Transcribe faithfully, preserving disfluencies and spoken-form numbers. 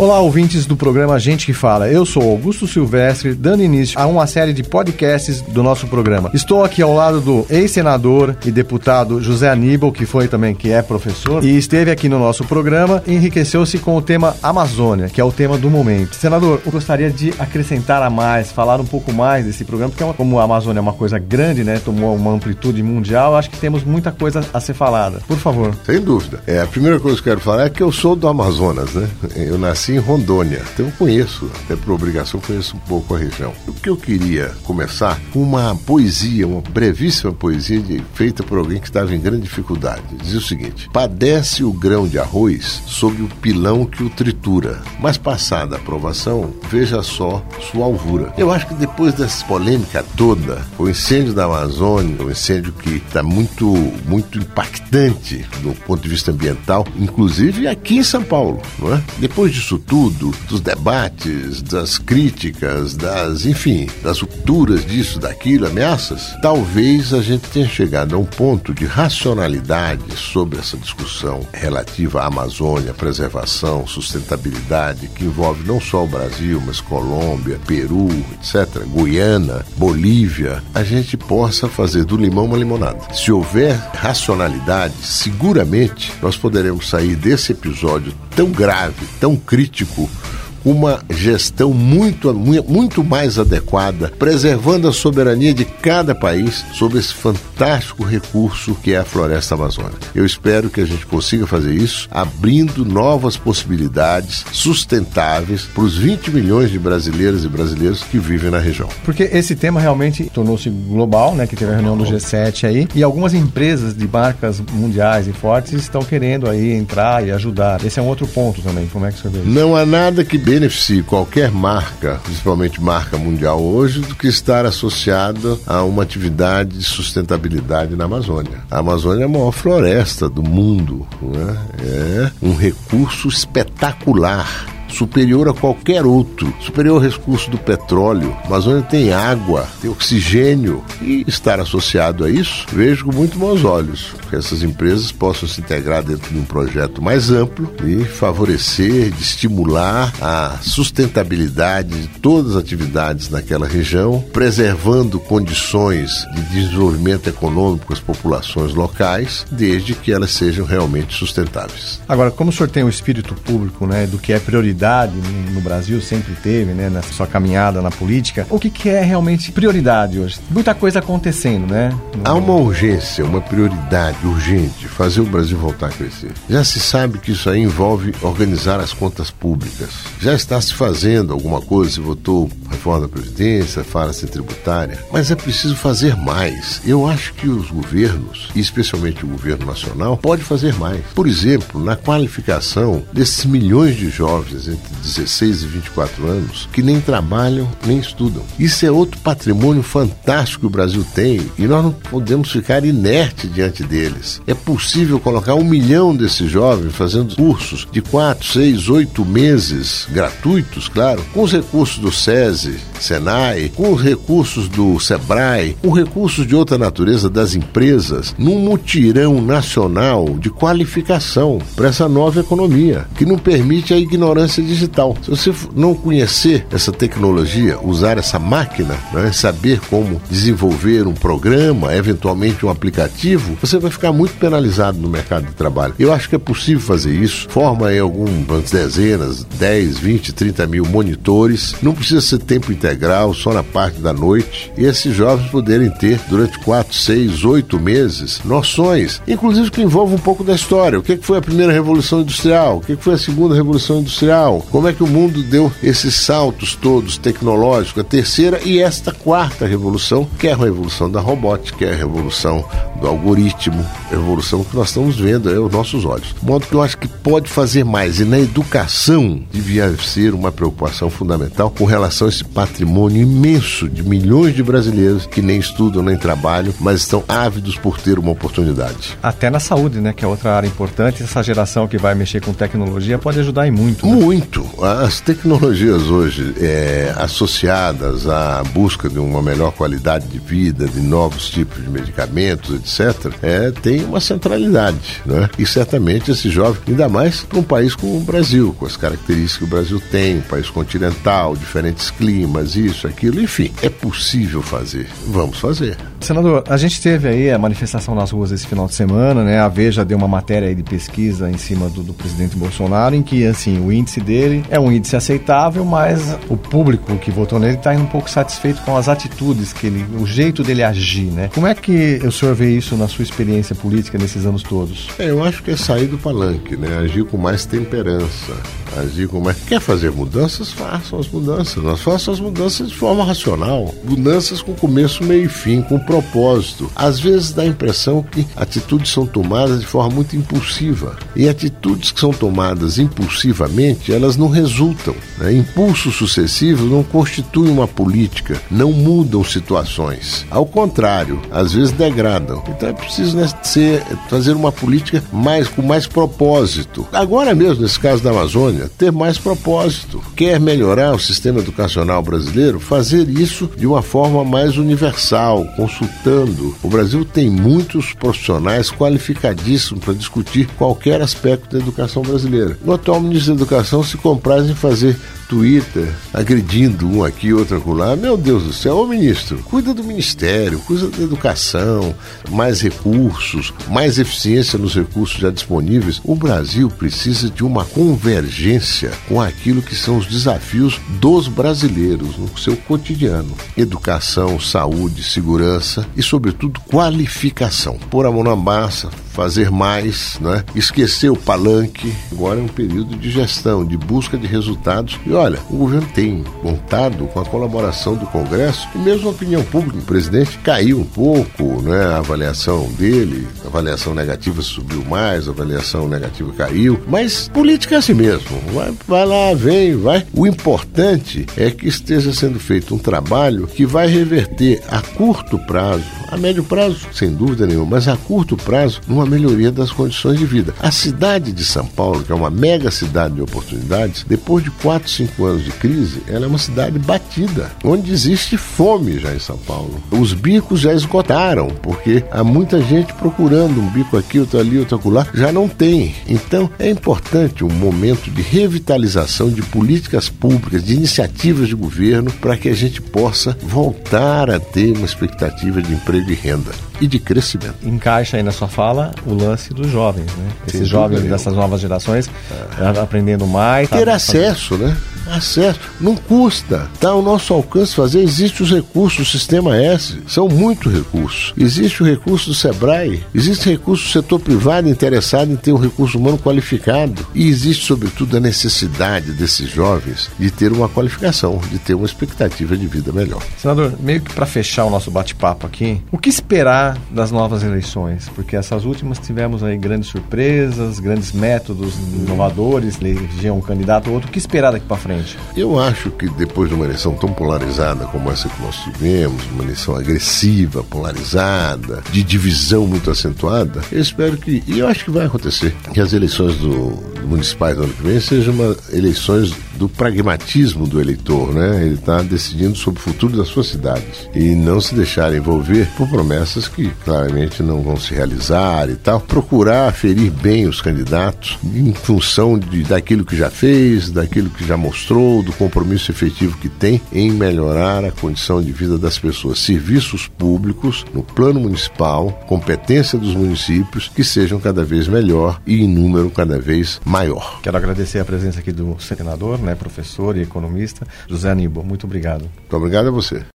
Olá, ouvintes do programa Gente que Fala. Eu sou Augusto Silvestre, dando início a uma série de podcasts do nosso programa. Estou aqui ao lado do ex-senador e deputado José Aníbal, que foi também, que é professor, e esteve aqui no nosso programa e enriqueceu-se com o tema Amazônia, que é o tema do momento. Senador, eu gostaria de acrescentar a mais, falar um pouco mais desse programa, porque é uma, como a Amazônia é uma coisa grande, né, tomou uma amplitude mundial, acho que temos muita coisa a ser falada. Por favor. Sem dúvida. É, a primeira coisa que eu quero falar é que eu sou do Amazonas, né? Eu nasci em Rondônia, então eu conheço, até por obrigação, conheço um pouco a região. O que eu queria começar com uma poesia, uma brevíssima poesia de, feita por alguém que estava em grande dificuldade. Dizia o seguinte: padece o grão de arroz sob o pilão que o tritura, mas passada a aprovação, veja só sua alvura. Eu acho que depois dessa polêmica toda, o incêndio da Amazônia, um incêndio que está muito, muito impactante do ponto de vista ambiental, inclusive aqui em São Paulo, não é? Depois disso tudo, dos debates, das críticas, das, enfim, das rupturas disso, daquilo, ameaças, talvez a gente tenha chegado a um ponto de racionalidade sobre essa discussão relativa à Amazônia, preservação, sustentabilidade, que envolve não só o Brasil, mas Colômbia, Peru, etcétera, Guiana, Bolívia, a gente possa fazer do limão uma limonada. Se houver racionalidade, seguramente nós poderemos sair desse episódio tão grave, tão crítico, uma gestão muito, muito mais adequada, preservando a soberania de cada país sobre esse fantástico recurso que é a floresta amazônica. Eu espero que a gente consiga fazer isso, abrindo novas possibilidades sustentáveis para os vinte milhões de brasileiras e brasileiros que vivem na região. Porque esse tema realmente tornou-se global, né, que teve a reunião do G sete aí, e algumas empresas de marcas mundiais e fortes estão querendo aí entrar e ajudar. Esse é um outro ponto também. Como é que você vê isso? Não há nada que beneficie qualquer marca, principalmente marca mundial hoje, do que estar associada a uma atividade de sustentabilidade na Amazônia. A Amazônia é a maior floresta do mundo, né? É um recurso espetacular, superior a qualquer outro, superior ao recurso do petróleo. A Amazônia tem água, tem oxigênio, e estar associado a isso, vejo com muito bons olhos que essas empresas possam se integrar dentro de um projeto mais amplo e favorecer, de estimular a sustentabilidade de todas as atividades naquela região, preservando condições de desenvolvimento econômico às populações locais, desde que elas sejam realmente sustentáveis. Agora, como o senhor tem o espírito público, né, do que é prioridade no Brasil, sempre teve, né, nessa sua caminhada na política, o que, que é realmente prioridade hoje? Muita coisa acontecendo, né? No... Há uma urgência, uma prioridade urgente, fazer o Brasil voltar a crescer. Já se sabe que isso aí envolve organizar as contas públicas. Já está se fazendo alguma coisa, se votou reforma da Previdência, fala-se tributária, mas é preciso fazer mais. Eu acho que os governos, e especialmente o governo nacional, pode fazer mais. Por exemplo, na qualificação desses milhões de jovens entre dezesseis e vinte e quatro anos, que nem trabalham, nem estudam. Isso é outro patrimônio fantástico que o Brasil tem e nós não podemos ficar inerte diante deles. É possível colocar um milhão desses jovens fazendo cursos de quatro, seis, oito meses, gratuitos, claro, com os recursos do SESI, Senai, com os recursos do Sebrae, com recursos de outra natureza das empresas, num mutirão nacional de qualificação para essa nova economia, que não permite a ignorância digital. Se você não conhecer essa tecnologia, usar essa máquina, né, saber como desenvolver um programa, eventualmente um aplicativo, você vai ficar muito penalizado no mercado de trabalho. Eu acho que é possível fazer isso. Forma aí algumas dezenas, dez, vinte, trinta mil monitores. Não precisa ser tempo integral, só na parte da noite. E esses jovens poderem ter, durante quatro, seis, oito meses, noções, inclusive que envolvem um pouco da história. O que foi a primeira Revolução Industrial? O que foi a segunda Revolução Industrial? Como é que o mundo deu esses saltos todos tecnológicos? A terceira e esta quarta revolução, que é a revolução da robótica, que é a revolução do algoritmo, a revolução que nós estamos vendo aí aos nossos olhos. De modo que eu acho que pode fazer mais. E na educação devia ser uma preocupação fundamental com relação a esse patrimônio imenso de milhões de brasileiros que nem estudam nem trabalham, mas estão ávidos por ter uma oportunidade. Até na saúde, né, que é outra área importante. Essa geração que vai mexer com tecnologia pode ajudar em muito. Né? Muito. muito. As tecnologias hoje é, associadas à busca de uma melhor qualidade de vida, de novos tipos de medicamentos, etcétera, é, tem uma centralidade, né? E certamente esse jovem, ainda mais para um país como o Brasil, com as características que o Brasil tem, um país continental, diferentes climas, isso, aquilo, enfim, é possível fazer. Vamos fazer. Senador, a gente teve aí a manifestação nas ruas esse final de semana, né? A Veja deu uma matéria aí de pesquisa em cima do, do presidente Bolsonaro, em que, assim, o índice dele é um índice aceitável, mas o público que votou nele está um pouco satisfeito com as atitudes que ele, o jeito dele agir, né? Como é que o senhor vê isso na sua experiência política nesses anos todos? É, eu acho que é sair do palanque, né? Agir com mais temperança, agir com mais... Quer fazer mudanças? Façam as mudanças. Nós façam as mudanças de forma racional. Mudanças com começo, meio e fim, com propósito. Às vezes dá a impressão que atitudes são tomadas de forma muito impulsiva. E atitudes que são tomadas impulsivamente, elas não resultam, né? Impulsos sucessivos não constituem uma política, não mudam situações. Ao contrário, às vezes degradam. Então é preciso, né, ser, fazer uma política mais, com mais propósito. Agora mesmo, nesse caso da Amazônia, ter mais propósito. Quer melhorar o sistema educacional brasileiro? Fazer isso de uma forma mais universal, consultando. O Brasil tem muitos profissionais qualificadíssimos para discutir qualquer aspecto da educação brasileira. O atual ministro da Educação se compraz em fazer Twitter, agredindo um aqui, outro acolá. Meu Deus do céu, ô ministro, cuida do ministério, cuida da educação, mais recursos, mais eficiência nos recursos já disponíveis. O Brasil precisa de uma convergência com aquilo que são os desafios dos brasileiros no seu cotidiano. Educação, saúde, segurança e, sobretudo, qualificação. Pôr a mão na massa, fazer mais, né? Esquecer o palanque. Agora é um período de gestão, de busca de resultados. E olha, o governo tem contado com a colaboração do Congresso e mesmo a opinião pública. O presidente caiu um pouco, né? A avaliação dele, a avaliação negativa subiu mais, a avaliação negativa caiu. Mas política é assim mesmo. Vai, vai lá, vem, vai. O importante é que esteja sendo feito um trabalho que vai reverter a curto prazo, a médio prazo, sem dúvida nenhuma, mas a curto prazo, numa melhoria das condições de vida. A cidade de São Paulo, que é uma mega cidade de oportunidades, depois de quatro, cinco anos de crise, ela é uma cidade batida, onde existe fome já em São Paulo. Os bicos já esgotaram, porque há muita gente procurando um bico aqui, outro ali, outro acolá, já não tem. Então, é importante um momento de revitalização de políticas públicas, de iniciativas de governo, para que a gente possa voltar a ter uma expectativa de emprego e renda e de crescimento. Encaixa aí na sua fala o lance dos jovens, né? Esses jovens dessas novas gerações é. aprendendo mais. Ter tá, acesso, né? Acesso. Não custa. Está ao nosso alcance fazer. Existem os recursos do Sistema S. São muitos recursos. Existe o recurso do Sebrae. Existe recurso do setor privado interessado em ter um recurso humano qualificado. E existe, sobretudo, a necessidade desses jovens de ter uma qualificação, de ter uma expectativa de vida melhor. Senador, meio que para fechar o nosso bate-papo aqui, o que esperar das novas eleições? Porque essas últimas tivemos aí grandes surpresas, grandes métodos inovadores, eleger um candidato ou outro. O que esperar daqui para frente? Eu acho que depois de uma eleição tão polarizada como essa que nós tivemos, uma eleição agressiva, polarizada, de divisão muito acentuada, eu espero que, e eu acho que vai acontecer, que as eleições do, do municipais do ano que vem sejam uma, eleições do pragmatismo do eleitor, né? Ele está decidindo sobre o futuro das suas cidades e não se deixar envolver por promessas que claramente não vão se realizar e tal. Procurar aferir bem os candidatos em função de, daquilo que já fez, daquilo que já mostrou, do compromisso efetivo que tem em melhorar a condição de vida das pessoas. Serviços públicos no plano municipal, competência dos municípios, que sejam cada vez melhor e em número cada vez maior. Quero agradecer a presença aqui do senador, né, professor e economista, José Aníbal. Muito obrigado. Muito obrigado a você.